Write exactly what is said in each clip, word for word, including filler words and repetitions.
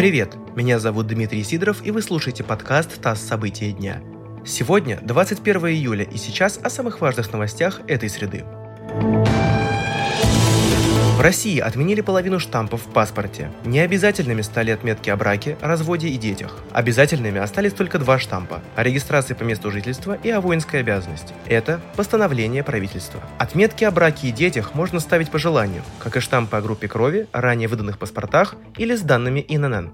привет! Меня зовут Дмитрий Сидоров, и вы слушаете подкаст «ТАСС. События дня». Сегодня двадцать первое июля, и сейчас о самых важных новостях этой среды. В России отменили половину штампов в паспорте. Необязательными стали отметки о браке, разводе и детях. Обязательными остались только два штампа – о регистрации по месту жительства и о воинской обязанности. Это постановление правительства. Отметки о браке и детях можно ставить по желанию, как и штампы о группе крови, ранее выданных паспортах или с данными эн эн эн.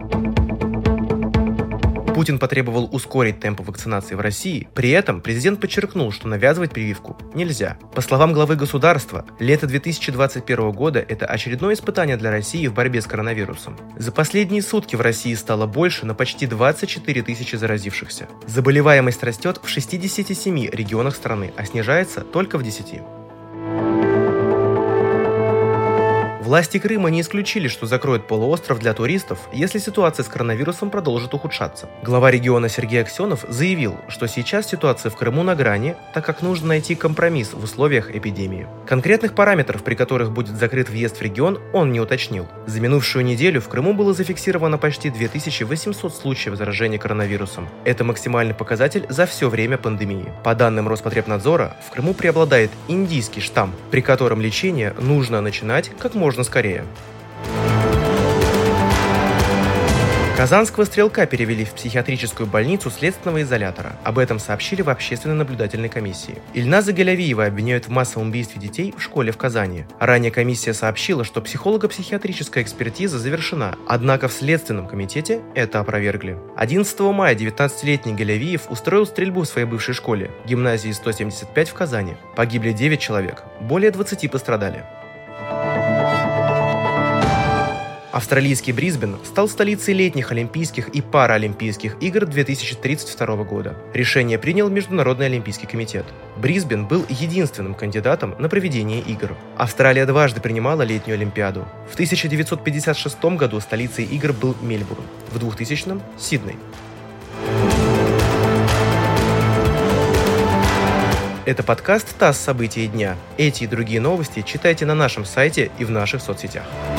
Путин потребовал ускорить темпы вакцинации в России, при этом президент подчеркнул, что навязывать прививку нельзя. По словам главы государства, лето две тысячи двадцать первого года – это очередное испытание для России в борьбе с коронавирусом. За последние сутки в России стало больше на почти двадцать четыре тысячи заразившихся. Заболеваемость растет в шестидесяти семи регионах страны, а снижается только в десяти. Власти Крыма не исключили, что закроют полуостров для туристов, если ситуация с коронавирусом продолжит ухудшаться. Глава региона Сергей Аксенов заявил, что сейчас ситуация в Крыму на грани, так как нужно найти компромисс в условиях эпидемии. Конкретных параметров, при которых будет закрыт въезд в регион, он не уточнил. За минувшую неделю в Крыму было зафиксировано почти две тысячи восемьсот случаев заражения коронавирусом. Это максимальный показатель за все время пандемии. По данным Роспотребнадзора, в Крыму преобладает индийский штамм, при котором лечение нужно начинать как можно скорее. Казанского стрелка перевели в психиатрическую больницу следственного изолятора. Об этом сообщили в общественной наблюдательной комиссии. Ильназа Галявиева обвиняют в массовом убийстве детей в школе в Казани. Ранее комиссия сообщила, что психолого-психиатрическая экспертиза завершена, однако в Следственном комитете это опровергли. одиннадцатого мая девятнадцатилетний Галявиев устроил стрельбу в своей бывшей школе, гимназии сто семьдесят пять в Казани. Погибли девять человек, более двадцати пострадали. Австралийский Брисбен стал столицей летних Олимпийских и Паралимпийских игр две тысячи тридцать второго года. Решение принял Международный олимпийский комитет. Брисбен был единственным кандидатом на проведение игр. Австралия дважды принимала летнюю Олимпиаду. В тысяча девятьсот пятьдесят шестом году столицей игр был Мельбурн, в двухтысячном – Сидней. Это подкаст «ТАСС. События дня». Эти и другие новости читайте на нашем сайте и в наших соцсетях.